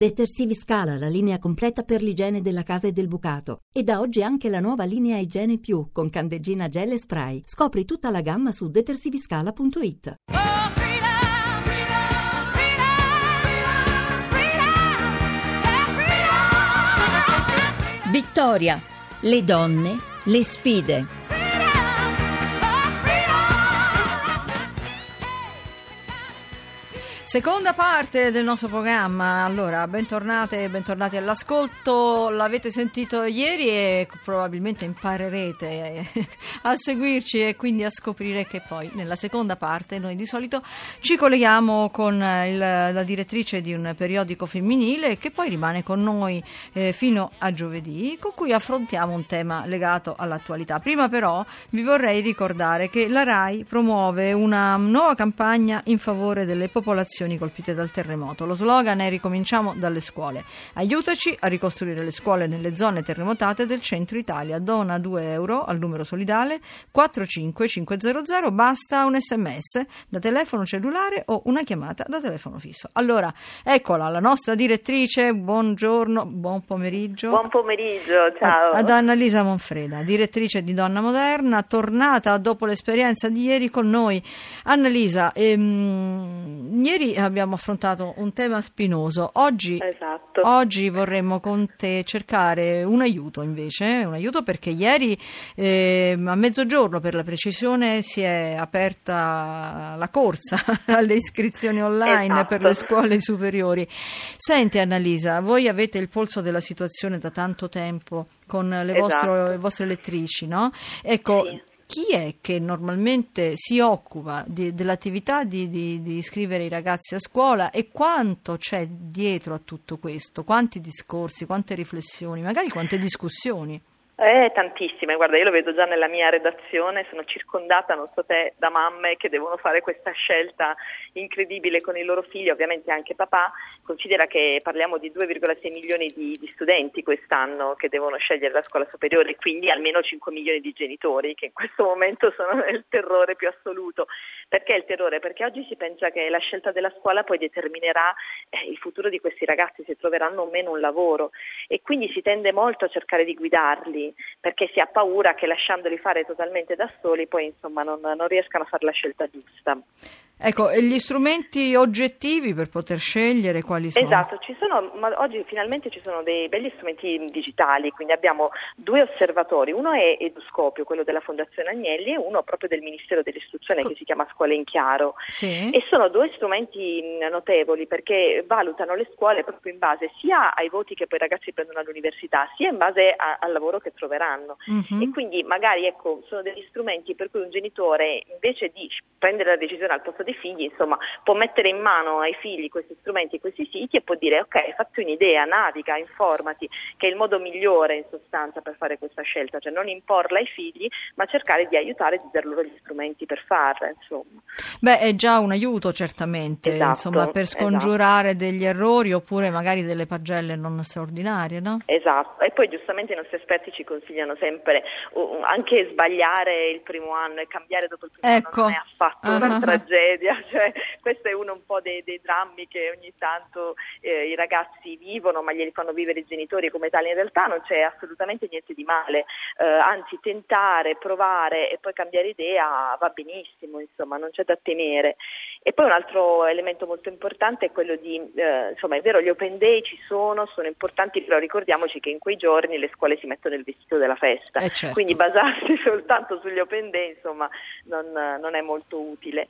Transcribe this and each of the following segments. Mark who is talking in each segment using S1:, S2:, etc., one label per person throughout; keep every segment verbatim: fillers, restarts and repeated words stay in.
S1: Detersivi Scala, la linea completa per l'igiene della casa e del bucato. E da oggi anche la nuova linea Igiene Più, con candeggina gel e spray. Scopri tutta la gamma su detersiviscala punto it.
S2: Vittoria, le donne, le sfide.
S3: Seconda parte del nostro programma. Allora, bentornate e bentornati all'ascolto. L'avete sentito ieri e probabilmente imparerete a seguirci e quindi a scoprire che poi nella seconda parte noi di solito ci colleghiamo con il, la direttrice di un periodico femminile che poi rimane con noi eh, fino a giovedì, con cui affrontiamo un tema legato all'attualità. Prima però vi vorrei ricordare che la RAI promuove una nuova campagna in favore delle popolazioni colpite dal terremoto. Lo slogan è "Ricominciamo dalle scuole". Aiutaci a ricostruire le scuole nelle zone terremotate del centro Italia. Dona due euro al numero solidale quattro cinque cinque zero zero. Basta un sms da telefono cellulare o una chiamata da telefono fisso. Allora, eccola la nostra direttrice. Buongiorno, buon pomeriggio.
S4: Buon pomeriggio, ciao.
S3: Ad Annalisa Monfreda, direttrice di Donna Moderna, tornata dopo l'esperienza di ieri con noi. Annalisa, ehm, ieri abbiamo affrontato un tema spinoso. Oggi,
S4: esatto.
S3: oggi vorremmo con te cercare un aiuto invece, un aiuto perché ieri eh, a mezzogiorno per la precisione si è aperta la corsa alle iscrizioni online, esatto, per le scuole superiori. Senti Annalisa, voi avete il polso della situazione da tanto tempo con le,
S4: esatto,
S3: vostre, le vostre lettrici, no? Ecco,
S4: sì.
S3: Chi è che normalmente si occupa di, dell'attività di, di, di iscrivere i ragazzi a scuola e quanto c'è dietro a tutto questo? Quanti discorsi, quante riflessioni, magari quante discussioni?
S4: Eh, tantissime, guarda, io lo vedo già nella mia redazione, sono circondata, non so te, da mamme che devono fare questa scelta incredibile con i loro figli, ovviamente anche papà. Considera che parliamo di due virgola sei milioni di, di studenti quest'anno che devono scegliere la scuola superiore, quindi almeno cinque milioni di genitori che in questo momento sono nel terrore più assoluto. Perché il terrore? Perché oggi si pensa che la scelta della scuola poi determinerà eh, il futuro di questi ragazzi, se troveranno o meno un lavoro, e quindi si tende molto a cercare di guidarli, perché si ha paura che lasciandoli fare totalmente da soli poi insomma non, non riescano a fare la scelta giusta.
S3: Ecco, e gli strumenti oggettivi per poter scegliere quali sono?
S4: Esatto, ci sono, ma oggi finalmente ci sono dei belli strumenti digitali, quindi abbiamo due osservatori, uno è Eduscopio, quello della Fondazione Agnelli, e uno proprio del Ministero dell'Istruzione che si chiama Scuole in Chiaro.
S3: Sì.
S4: E sono due strumenti notevoli perché valutano le scuole proprio in base sia ai voti che poi i ragazzi prendono all'università, sia in base a, al lavoro che troveranno. Uh-huh. E quindi magari ecco sono degli strumenti per cui un genitore invece di prendere la decisione al posto di figli, insomma, può mettere in mano ai figli questi strumenti, questi siti e può dire ok, fatti un'idea, naviga, informati, che è il modo migliore in sostanza per fare questa scelta, cioè non imporla ai figli, ma cercare di aiutare, di dar loro gli strumenti per farla, insomma.
S3: Beh, è già un aiuto certamente,
S4: esatto,
S3: insomma, per scongiurare
S4: esatto.
S3: degli errori oppure magari delle pagelle non straordinarie, no?
S4: Esatto, e poi giustamente i nostri esperti ci consigliano sempre uh, anche sbagliare il primo anno e cambiare dopo il primo
S3: ecco.
S4: anno non è affatto
S3: uh-huh.
S4: una tragedia. Cioè, questo è uno un po' dei, dei drammi che ogni tanto eh, i ragazzi vivono, ma glieli fanno vivere i genitori come tali. In realtà non c'è assolutamente niente di male, eh, anzi tentare, provare e poi cambiare idea va benissimo, insomma non c'è da temere. E poi un altro elemento molto importante è quello di, eh, insomma è vero, gli open day ci sono, sono importanti, però ricordiamoci che in quei giorni le scuole si mettono il vestito della festa,
S3: eh certo.
S4: Quindi basarsi soltanto sugli open day insomma non, non è molto utile.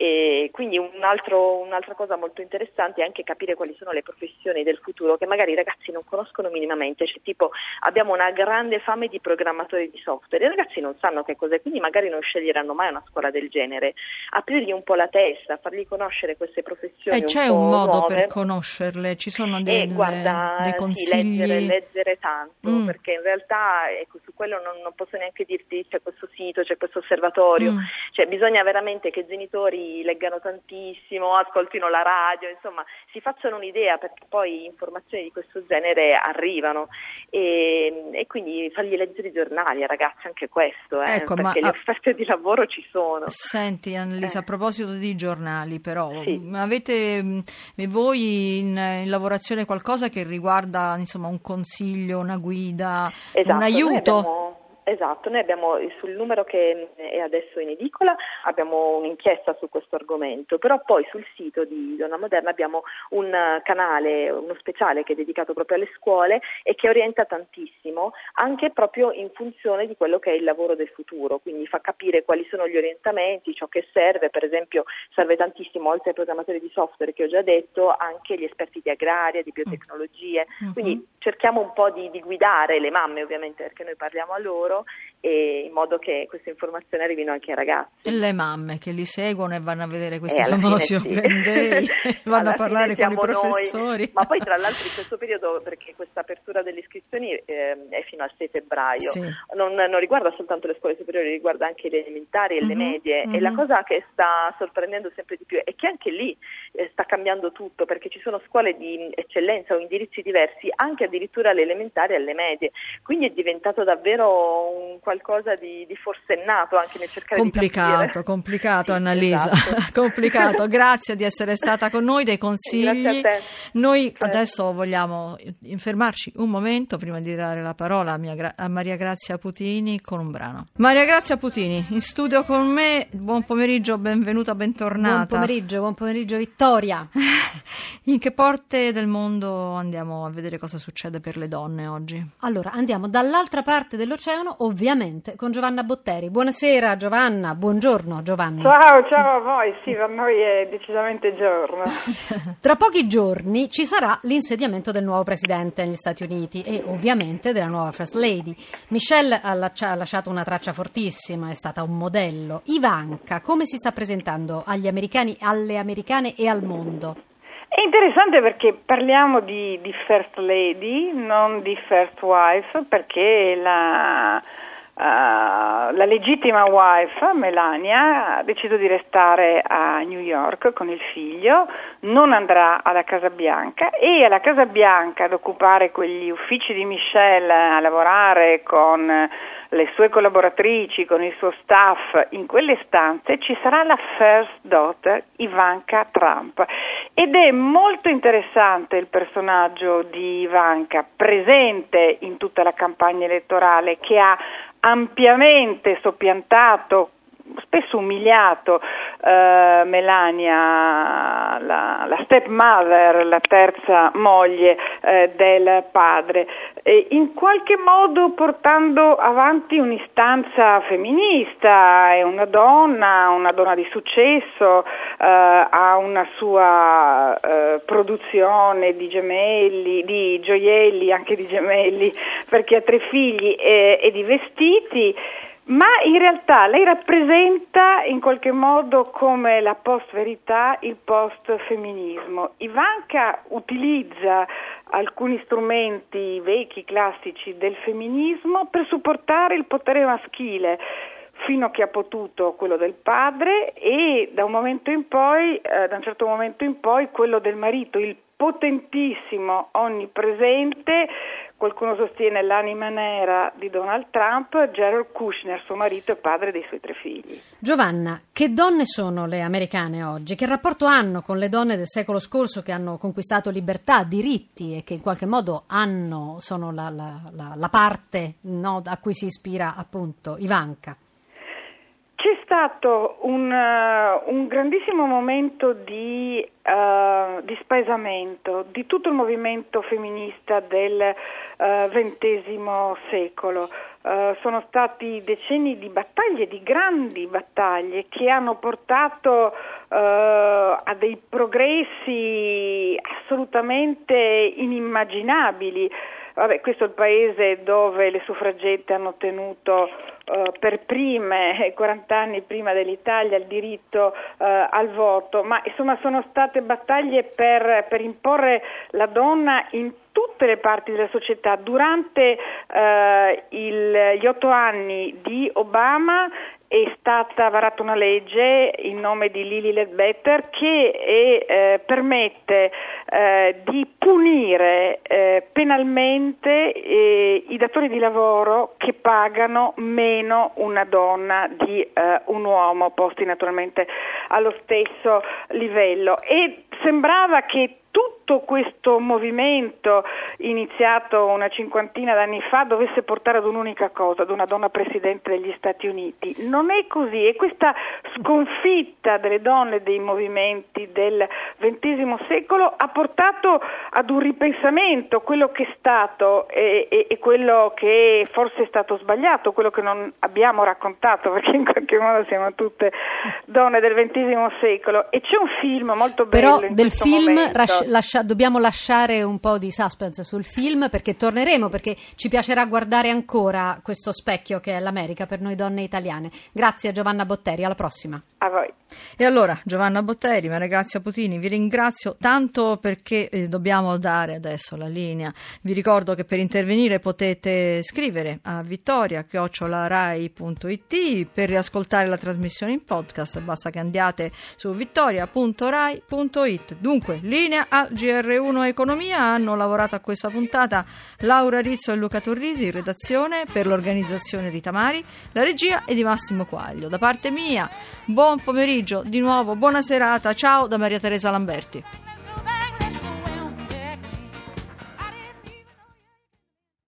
S4: E quindi un altro, un'altra cosa molto interessante è anche capire quali sono le professioni del futuro che magari i ragazzi non conoscono minimamente, cioè tipo abbiamo una grande fame di programmatori di software, i ragazzi non sanno che cos'è, quindi magari non sceglieranno mai una scuola del genere. Aprirgli un po' la testa, fargli conoscere queste professioni.
S3: E c'è
S4: un, po
S3: un modo
S4: nuove.
S3: Per conoscerle, ci sono delle,
S4: e guarda,
S3: dei consigli?
S4: Sì, leggere, leggere tanto,
S3: mm.
S4: perché in realtà realtà ecco, su quello non, non posso neanche dirti c'è questo sito, c'è questo osservatorio, mm. cioè bisogna veramente che i genitori leggano tantissimo, ascoltino la radio, insomma si facciano un'idea, perché poi informazioni di questo genere arrivano e, e quindi fargli leggere i giornali ai ragazzi, anche questo, eh,
S3: ecco,
S4: perché
S3: ma,
S4: le offerte di lavoro ci sono.
S3: Senti Annalisa, eh. a proposito di giornali però,
S4: sì.
S3: avete mh, voi in, in lavorazione qualcosa che riguarda insomma un consiglio, una guida,
S4: esatto,
S3: un aiuto?
S4: Noi abbiamo... Esatto, noi abbiamo sul numero che è adesso in edicola abbiamo un'inchiesta su questo argomento, però poi sul sito di Donna Moderna abbiamo un canale, uno speciale che è dedicato proprio alle scuole e che orienta tantissimo anche proprio in funzione di quello che è il lavoro del futuro, quindi fa capire quali sono gli orientamenti, ciò che serve, per esempio serve tantissimo oltre ai programmatori di software che ho già detto anche gli esperti di agraria, di biotecnologie, mm-hmm. quindi cerchiamo un po' di, di guidare le mamme ovviamente perché noi parliamo a loro e in modo che queste informazioni arrivino anche ai ragazzi.
S3: E le mamme che li seguono e vanno a vedere questi
S4: eh,
S3: famosi
S4: sì.
S3: Open Day, vanno a parlare con i professori.
S4: Noi. Ma poi tra l'altro in questo periodo, perché questa apertura delle iscrizioni eh, è fino al sei febbraio,
S3: sì.
S4: non, non riguarda soltanto le scuole superiori, riguarda anche le elementari e le mm-hmm. medie mm-hmm. e la cosa che sta sorprendendo sempre di più è che anche lì eh, sta cambiando tutto, perché ci sono scuole di eccellenza o indirizzi diversi anche addirittura alle elementari e alle medie, quindi è diventato davvero un qualcosa di, di forsennato anche nel cercare
S3: complicato,
S4: di capire.
S3: Complicato,
S4: sì,
S3: Annalisa,
S4: esatto.
S3: complicato. Grazie di essere stata con noi, dei consigli.
S4: Grazie a te.
S3: Noi
S4: certo.
S3: adesso vogliamo fermarci un momento prima di dare la parola a, mia, a Maria Grazia Putini con un brano. Maria Grazia Putini, in studio con me, buon pomeriggio, benvenuta, bentornata.
S5: Buon pomeriggio, buon pomeriggio Vittoria.
S3: In che porte del mondo andiamo a vedere cosa succede per le donne oggi?
S5: Allora, andiamo dall'altra parte dell'oceano, ovviamente, con Giovanna Botteri. Buonasera Giovanna, buongiorno Giovanna.
S6: Ciao, ciao a voi, sì, per noi è decisamente giorno.
S5: Tra pochi giorni ci sarà l'insediamento del nuovo presidente negli Stati Uniti e ovviamente della nuova First Lady. Michelle ha, laccia- ha lasciato una traccia fortissima, è stata un modello. Ivanka, come si sta presentando agli americani, alle americane e al mondo?
S6: È interessante perché parliamo di, di First Lady, non di First Wife, perché la, uh, la legittima wife, Melania, ha deciso di restare a New York con il figlio, non andrà alla Casa Bianca e alla Casa Bianca ad occupare quegli uffici di Michelle, a lavorare con le sue collaboratrici, con il suo staff, in quelle stanze ci sarà la first daughter Ivanka Trump ed è molto interessante il personaggio di Ivanka, presente in tutta la campagna elettorale, che ha ampiamente soppiantato, spesso umiliato uh, Melania, la, la stepmother, la terza moglie uh, del padre, e in qualche modo portando avanti un'istanza femminista. È una donna, una donna di successo, uh, ha una sua uh, produzione di gemelli, di gioielli, anche di gemelli, perché ha tre figli e, e di vestiti. Ma in realtà lei rappresenta in qualche modo come la post-verità il post-femminismo. Ivanka utilizza alcuni strumenti vecchi, classici del femminismo per supportare il potere maschile, fino a che ha potuto quello del padre e da un momento in poi, eh, da un certo momento in poi, quello del marito, il potentissimo, onnipresente, qualcuno sostiene l'anima nera di Donald Trump, Jared Kushner, suo marito e padre dei suoi tre figli.
S5: Giovanna, che donne sono le americane oggi? Che rapporto hanno con le donne del secolo scorso che hanno conquistato libertà, diritti e che in qualche modo hanno, sono la, la, la, la parte, no, a cui si ispira appunto Ivanka?
S6: C'è stato un, uh, un grandissimo momento di, uh, di spaesamento di tutto il movimento femminista del ventesimo uh, secolo. Uh, sono stati decenni di battaglie, di grandi battaglie che hanno portato uh, a dei progressi assolutamente inimmaginabili. Vabbè, questo è il paese dove le suffragette hanno ottenuto uh, per prime, quaranta anni prima dell'Italia, il diritto uh, al voto, ma insomma sono state battaglie per, per imporre la donna in tutte le parti della società. Durante eh, il, gli otto anni di Obama è stata varata una legge in nome di Lilly Ledbetter che è, eh, permette eh, di punire eh, penalmente eh, i datori di lavoro che pagano meno una donna di eh, un uomo, posti naturalmente allo stesso livello. E sembrava che tutto questo movimento iniziato una cinquantina d'anni fa dovesse portare ad un'unica cosa, ad una donna presidente degli Stati Uniti. Non è così, e questa sconfitta delle donne dei movimenti del ventesimo secolo ha portato ad un ripensamento, quello che è stato e, e, e quello che forse è stato sbagliato, quello che non abbiamo raccontato, perché in qualche modo siamo tutte donne del ventesimo secolo. E c'è un film molto bello
S5: Però
S6: in
S5: del
S6: questo
S5: film
S6: momento.
S5: Lascia, lascia, dobbiamo lasciare un po' di suspense sul film, perché torneremo, perché ci piacerà guardare ancora questo specchio che è l'America per noi donne italiane. Grazie a Giovanna Botteri, alla prossima.
S6: A voi.
S3: E allora, Giovanna Botteri, Maria Grazia Putini, vi ringrazio tanto perché eh, dobbiamo dare adesso la linea. Vi ricordo che per intervenire potete scrivere a vittoria chiocciola rai punto it, per riascoltare la trasmissione in podcast basta che andiate su vittoria punto rai punto it. Dunque, linea a G R uno Economia. Hanno lavorato a questa puntata Laura Rizzo e Luca Torrisi, in redazione, per l'organizzazione di Tamari, la regia è di Massimo Quaglio. Da parte mia, buon pomeriggio, di nuovo buona serata, ciao da Maria Teresa Lamberti.